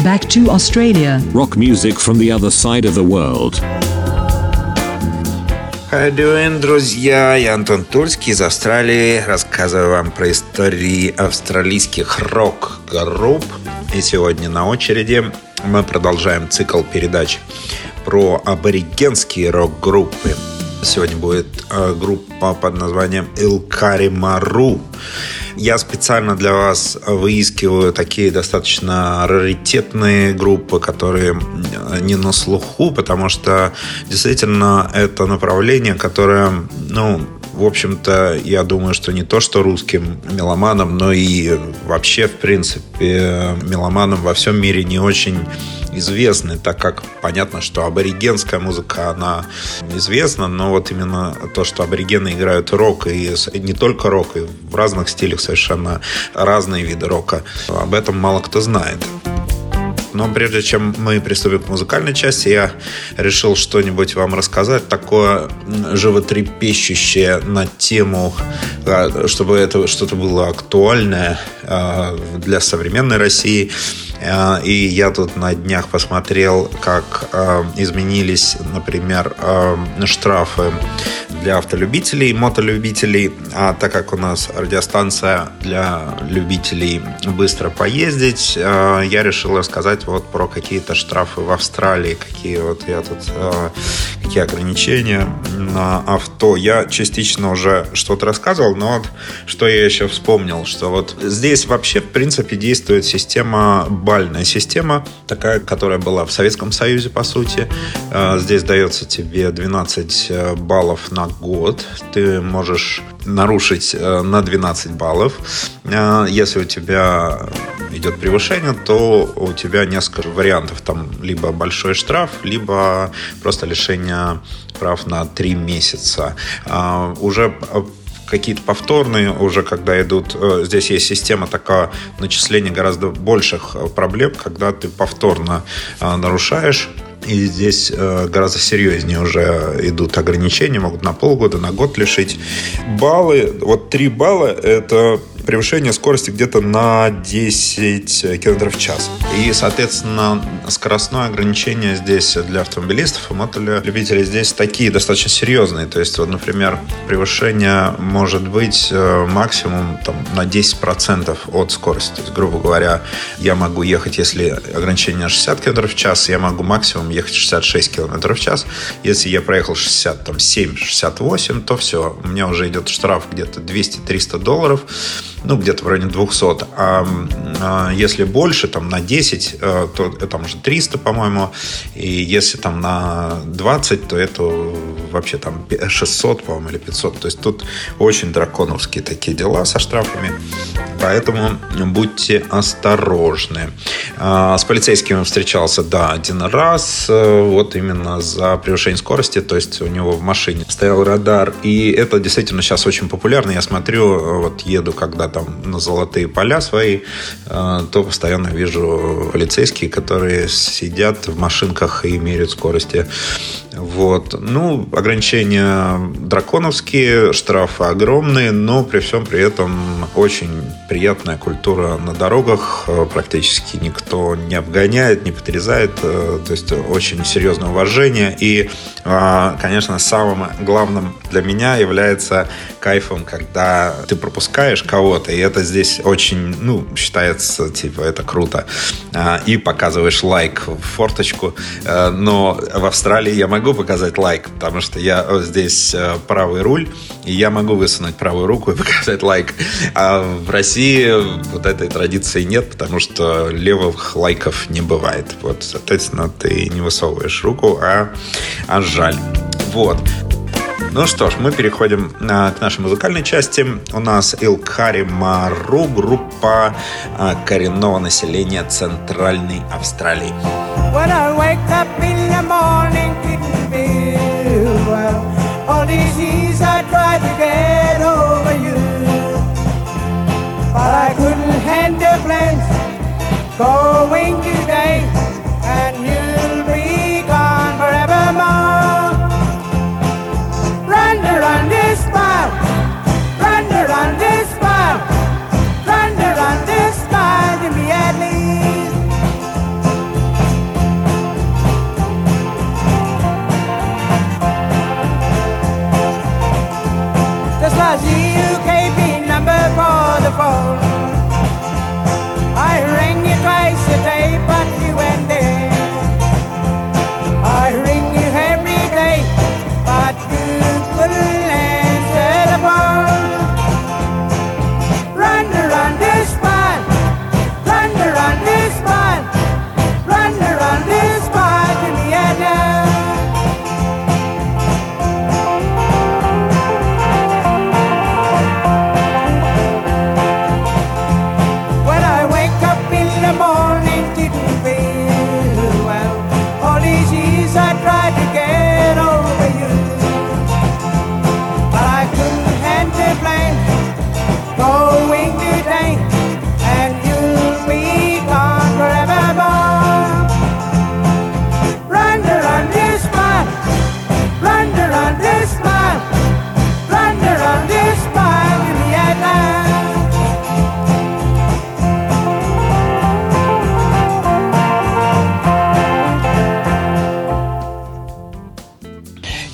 back to Australia. Rock music from the other side of the world. How you doing, друзья? Я Антон Тульский из Австралии. Рассказываю вам про истории австралийских рок-групп. И сегодня на очереди мы продолжаем цикл передач про аборигенские рок-группы. Сегодня будет группа под названием Илкаримару. Я специально для вас выискиваю такие достаточно раритетные группы, которые не на слуху, потому что действительно это направление, которое, в общем-то, я думаю, что не то что русским меломанам, но и вообще, в принципе, меломанам во всем мире не очень известны, так как понятно, что аборигенская музыка, она известна, но вот именно то, что аборигены играют рок, и не только рок, и в разных стилях совершенно разные виды рока, об этом мало кто знает. Но прежде чем мы приступим к музыкальной части, я решил что-нибудь вам рассказать, такое животрепещущее на тему, чтобы это что-то было актуальное для современной России. И я тут на днях посмотрел, как изменились, например, штрафы для автолюбителей, мотолюбителей. А так как у нас радиостанция для любителей быстро поездить, я решил рассказать вот про какие-то штрафы в Австралии, какие ограничения на авто. Я частично уже что-то рассказывал, но вот что я еще вспомнил, что вот здесь вообще, в принципе, действует бальная система, такая, которая была в Советском Союзе, по сути. Здесь дается тебе 12 баллов на год. Ты можешь нарушить на 12 баллов. Если у тебя идет превышение, то у тебя несколько вариантов. Там либо большой штраф, либо просто лишение прав на 3 месяца. Уже какие-то повторные, уже когда идут, здесь есть система такая начисления гораздо больших проблем, когда ты повторно нарушаешь. И здесь гораздо серьезнее уже идут ограничения, могут на полгода, на год лишить. Баллы, вот 3 балла – это превышение скорости где-то на 10 км в час. И, соответственно, скоростное ограничение здесь для автомобилистов и мотолюбителей здесь такие достаточно серьезные. То есть, вот, например, превышение может быть максимум на 10% от скорости. То есть, грубо говоря, я могу ехать, если ограничение 60 км в час, я могу максимум ехать 66 км в час. Если я проехал 67-68, то все, у меня уже идет штраф где-то $200-300, где-то в районе 200. А если больше, на 10, то там уже 300, по-моему. И если на 20, то это вообще 600, по-моему, или 500. То есть тут очень драконовские такие дела со штрафами. Поэтому будьте осторожны. С полицейским встречался, один раз. Вот именно за превышение скорости. То есть у него в машине стоял радар. И это действительно сейчас очень популярно. Я смотрю, вот еду, когда на золотые поля свои, то постоянно вижу полицейские, которые сидят в машинках и меряют скорости. Вот. Ограничения драконовские, штрафы огромные, но при всем при этом очень приятная культура на дорогах. Практически никто не обгоняет, не подрезает. То есть очень серьезное уважение. И, конечно, самым главным для меня является кайфом, когда ты пропускаешь кого-то, и это здесь очень, считается, это круто. И показываешь лайк в форточку. Но в Австралии я могу показать лайк, потому что я здесь правый руль, и я могу высунуть правую руку и показать лайк. А в России вот этой традиции нет, потому что левых лайков не бывает. Вот, соответственно, ты не высовываешь руку, а жаль. Вот. Ну что ж, мы переходим к нашей музыкальной части. У нас Илкаримару, группа коренного населения Центральной Австралии. When I wake up in the morning, couldn't feel well. All these years I tried to get over you, but I couldn't handle plans going today, and you'll be gone forevermore. Run around this mile, run around this mile, run around this mile to me at least.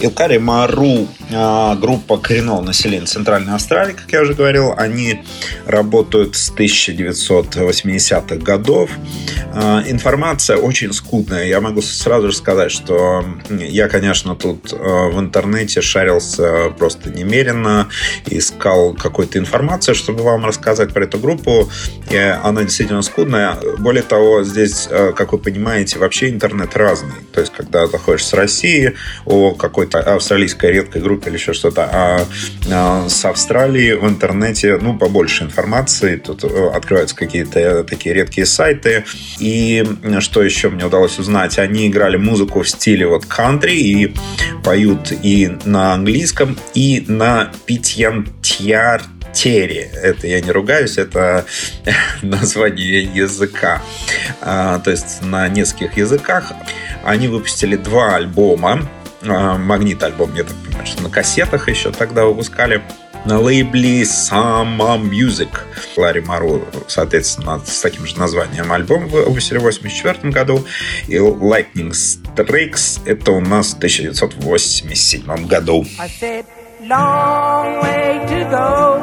Илкари Мару, группа коренного населения Центральной Австралии, как я уже говорил, они работают с 1980-х годов. Информация очень скудная. Я могу сразу же сказать, что я, конечно, тут в интернете шарился просто немерено, искал какую-то информацию, чтобы вам рассказать про эту группу. И она действительно скудная. Более того, здесь, как вы понимаете, вообще интернет разный. То есть, когда заходишь с России о какой-то австралийской редкой группе или еще что-то, а с Австралии в интернете, побольше информации. Тут открываются какие-то такие редкие сайты. И что еще мне удалось узнать? Они играли музыку в стиле кантри и поют и на английском, и на питьянтьяртере. Это я не ругаюсь, это название языка. То есть на нескольких языках. Они выпустили 2 альбома. Магнит-альбом, я так понимаю, что на кассетах еще тогда выпускали. На лейбле Sama Music. Ларри Мару, соответственно, с таким же названием альбом выпустили в 1984 году. И Lightning Strikes это у нас в 1987 году. I said, long way to go,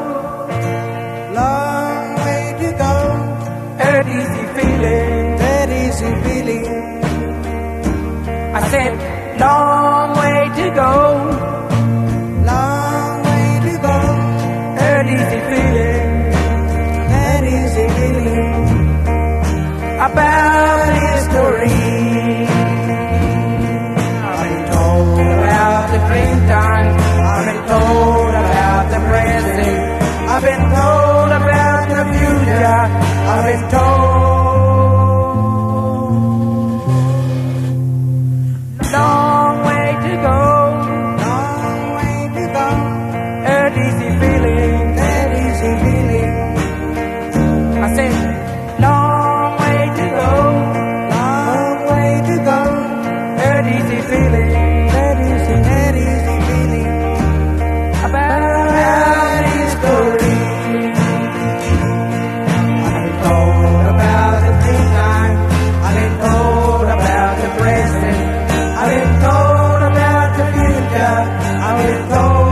long way to go, that easy feeling, that easy feeling. I said, long way to go, long way to go, that easy feeling, that easy feeling about history. I've been told about the dream time, I've been told about the present, I've been told about the future, I've been told. Long way to go, long way to go, that easy feeling, that easy feeling. I said, long way to go, long way to go, that easy feeling, that easy feeling about history. I've been told about the good time, I've been told about the present, I've been told about the future, I've been told.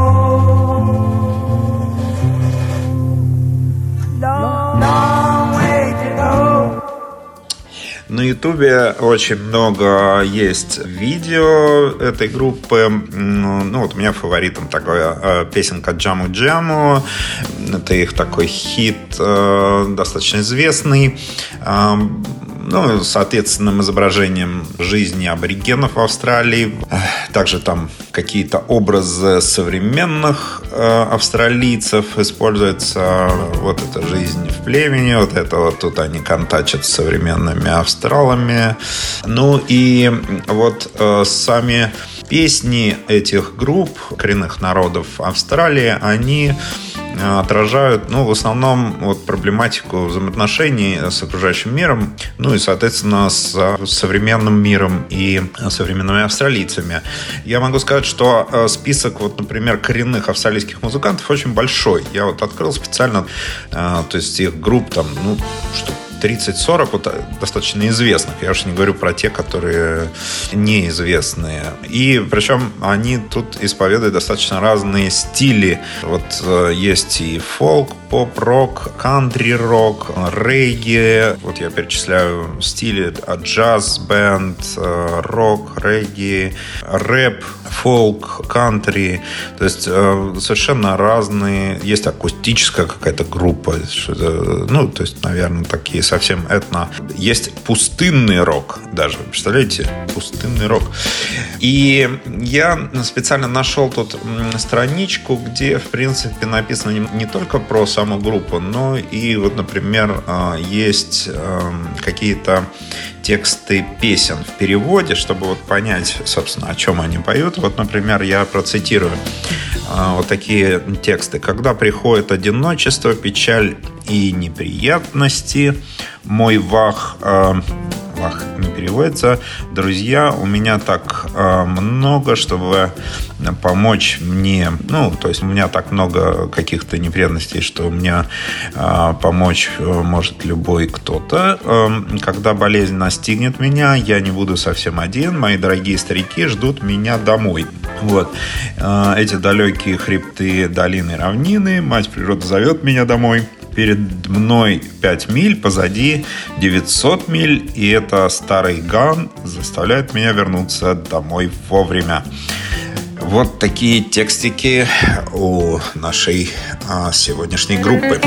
Long, long way to go. На Ютубе очень много есть видео этой группы. У меня фаворитом такая песенка «Джаму Джаму». Это их такой хит, достаточно известный. С ответственным изображением жизни аборигенов в Австралии. Также там какие-то образы современных австралийцев используется. Вот эта жизнь в племени, вот это вот тут они контачат с современными австралами. И сами песни этих групп коренных народов Австралии, они отражают, в основном проблематику взаимоотношений с окружающим миром, и, соответственно, с современным миром и современными австралийцами. Я могу сказать, что список, например, коренных австралийских музыкантов очень большой. Я открыл специально, то есть их групп там, 30-40 достаточно известных. Я уж не говорю про те, которые неизвестные. И причем они тут исповедуют достаточно разные стили. Есть и фолк, поп-рок, кантри-рок, регги. Я перечисляю стили: джаз-бенд, рок, регги, рэп, фолк, кантри. То есть совершенно разные. Есть акустическая какая-то группа. То есть, наверное, такие совсем этно. Есть пустынный рок даже. Представляете? Пустынный рок. И я специально нашел тут страничку, где, в принципе, написано не только про саму группу, но и, например, есть какие-то тексты песен в переводе, чтобы понять, собственно, о чем они поют. Например, я процитирую такие тексты. «Когда приходит одиночество, печаль и неприятности, мой вах не переводится. Друзья, у меня так много, чтобы помочь мне. То есть у меня так много каких-то неприятностей, что мне помочь может любой кто-то. Когда болезнь настигнет меня, я не буду совсем один. Мои дорогие старики ждут меня домой». Вот. Эти далекие хребты, долины, равнины. Мать природа зовет меня домой. Перед мной 5 миль, позади 900 миль. И это старый ган заставляет меня вернуться домой вовремя. Вот такие текстики у нашей сегодняшней группы.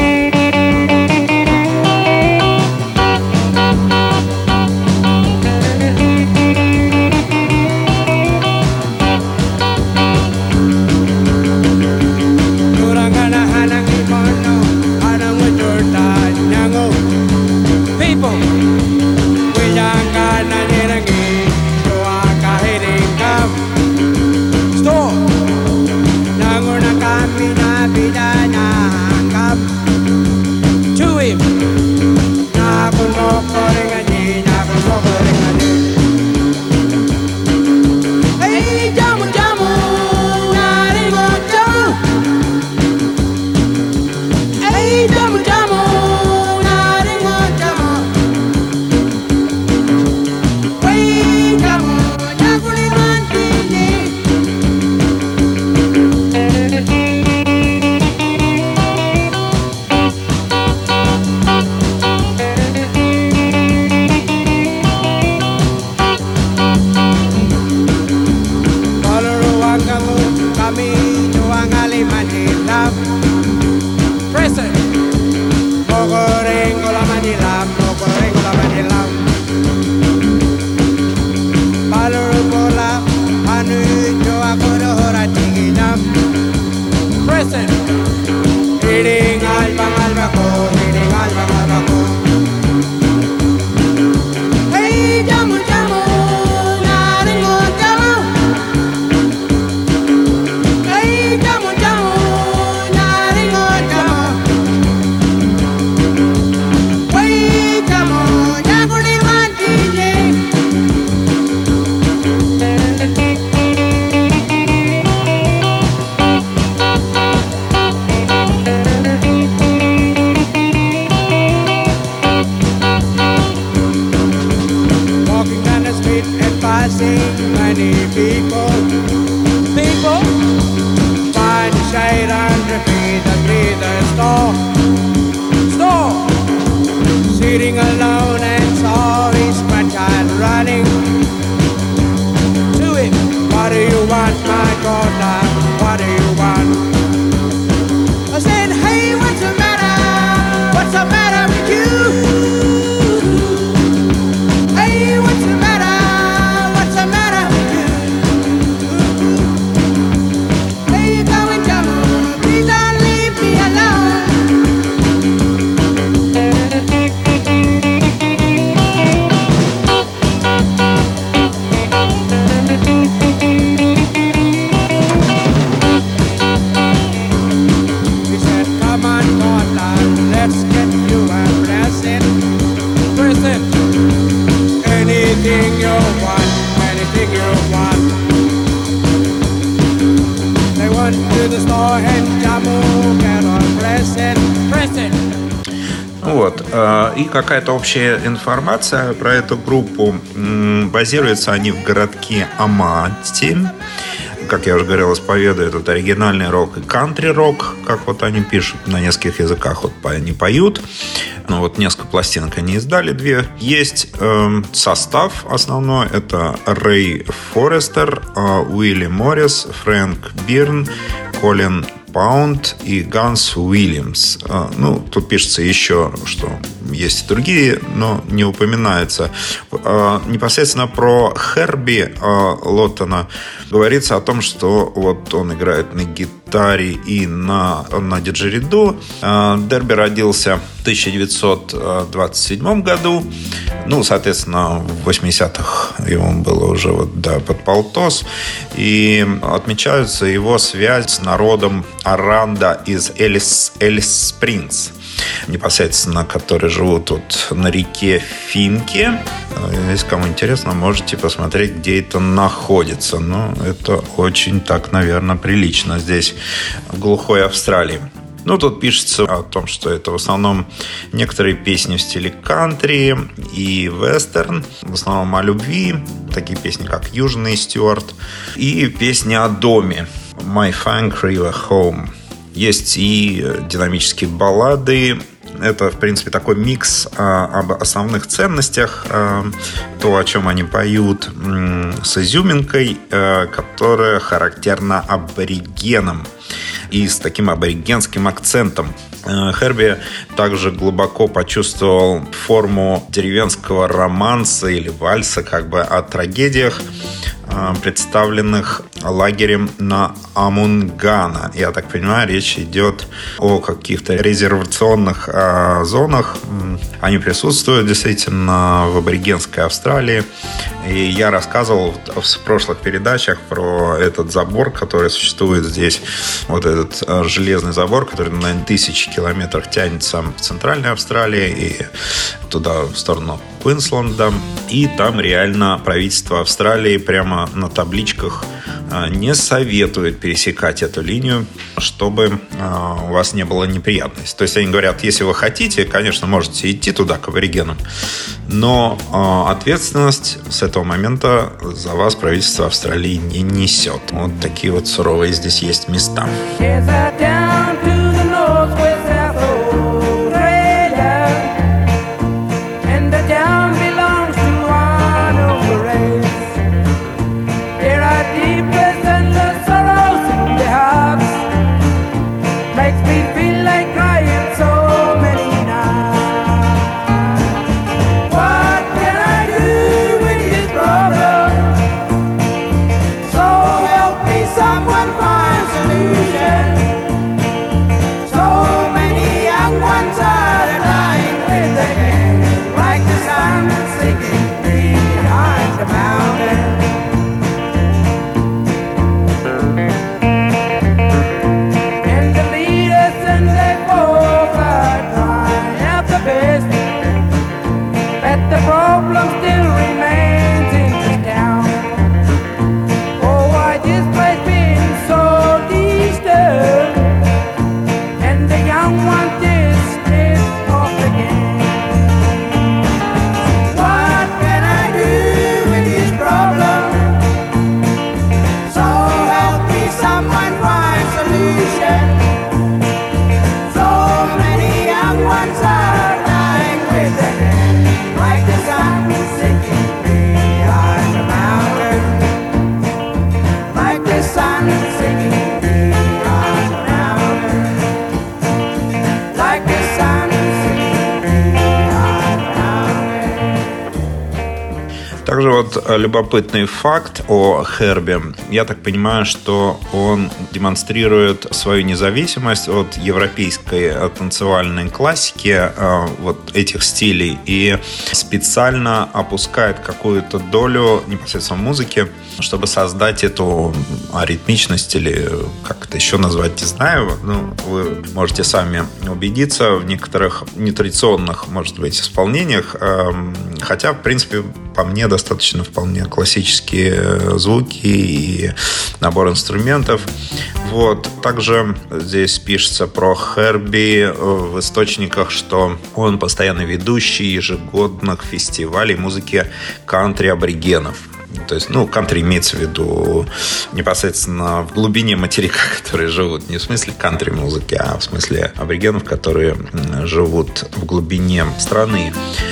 Вот. И какая-то общая информация про эту группу. Базируются они в городке Амати. Как я уже говорил, исповедуют это оригинальный рок и кантри-рок, как вот они пишут на нескольких языках, вот они поют. Ну вот несколько пластинок они издали, 2. Есть состав основной, это Рэй Форестер, Уилли Моррис, Фрэнк Бирн, Колин Паунд и Ганс Уильямс. Ну, тут пишется еще, что есть и другие, но не упоминается. Непосредственно про Херби Лоттона говорится о том, что вот он играет на гитаре и на диджериду. Дерби родился в 1927 году. Ну, соответственно, в 80-х ему было уже вот, да, под полтос. И отмечаются его связь с народом Аранда из Элис Спрингс, непосредственно, которые живут вот на реке Финке. Если кому интересно, можете посмотреть, где это находится. Но это очень так, наверное, прилично здесь, в глухой Австралии. Ну, тут пишется о том, что это в основном некоторые песни в стиле кантри и вестерн, в основном о любви, такие песни, как «Южный Стюарт» и песня о доме «My Funk River Home». Есть и динамические баллады. Это, в принципе, такой микс об основных ценностях, то, о чем они поют, с изюминкой, которая характерна аборигенам и с таким аборигенским акцентом. Херби также глубоко почувствовал форму деревенского романса или вальса о трагедиях, представленных лагерем на Амунгана. Я так понимаю, речь идет о каких-то резервационных зонах. Они присутствуют действительно в аборигенской Австралии. И я рассказывал в прошлых передачах про этот забор, который существует здесь. Вот этот железный забор, который на 1000 километрах тянется в Центральной Австралии и туда, в сторону Квинсленда. И там реально правительство Австралии прямо на табличках не советует пересекать эту линию, чтобы у вас не было неприятностей. То есть они говорят, если вы хотите, конечно, можете идти туда, к аборигенам, но ответственность с этого момента за вас правительство Австралии не несет. Вот такие вот суровые здесь есть места. Также вот любопытный факт о Херби. Я так понимаю, что он демонстрирует свою независимость от европейской танцевальной классики, вот этих стилей, и специально опускает какую-то долю непосредственно музыки, чтобы создать эту аритмичность или как это еще назвать, не знаю. Ну, вы можете сами убедиться в некоторых нетрадиционных, может быть, исполнениях. Хотя, в принципе, по мне достаточно вполне классические звуки и набор инструментов. Вот. Также здесь пишется про Херби в источниках, что он постоянный ведущий ежегодных фестивалей музыки кантри-аборигенов. То есть, кантри имеется в виду непосредственно в глубине материка, которые живут. Не в смысле кантри-музыки, а в смысле аборигенов, которые живут в глубине страны.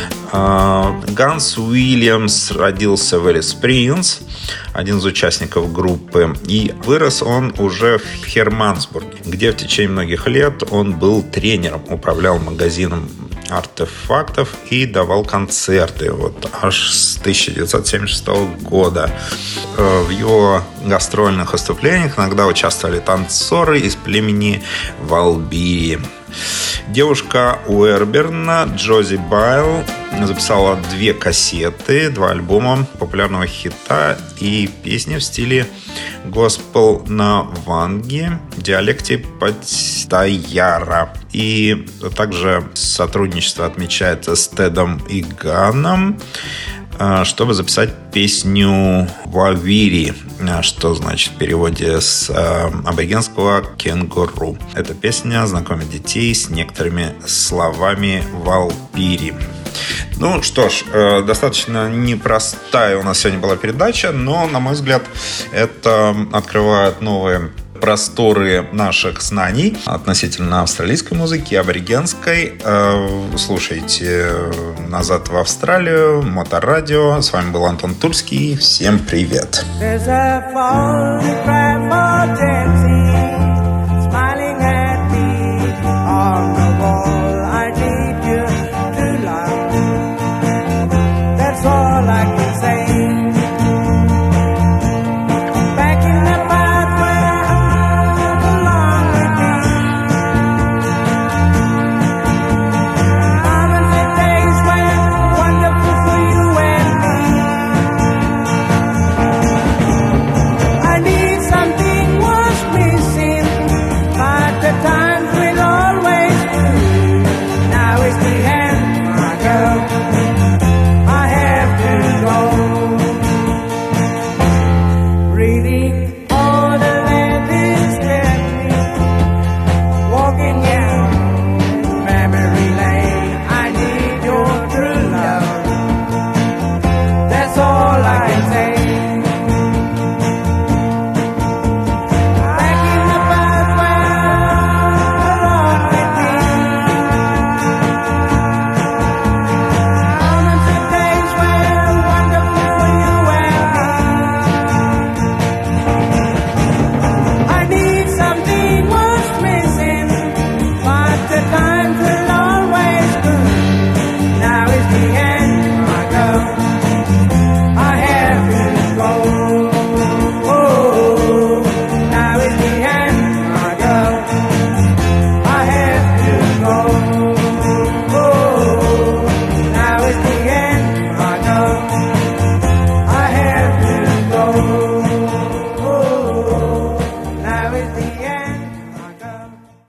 Ганс Уильямс родился в Элис Спрингс, один из участников группы, и вырос он уже в Хермансбурге, где в течение многих лет он был тренером, управлял магазином артефактов и давал концерты вот аж с 1976 года. В его гастрольных выступлениях иногда участвовали танцоры из племени Валбири. Девушка Уэрберна Джози Байл записала 2 кассеты, 2 альбома популярного хита и песни в стиле госпел на ванге, в диалекте Паттайяра. И также сотрудничество отмечается с Тедом и Ганом, чтобы записать песню «Вавири», что значит в переводе с аборигенского «кенгуру». Эта песня знакомит детей с некоторыми словами валпири. Ну что ж, достаточно непростая у нас сегодня была передача, но, на мой взгляд, это открывает новые просторы наших знаний относительно австралийской музыки, аборигенской. Слушайте «Назад в Австралию», Моторадио. С вами был Антон Тульский. Всем привет!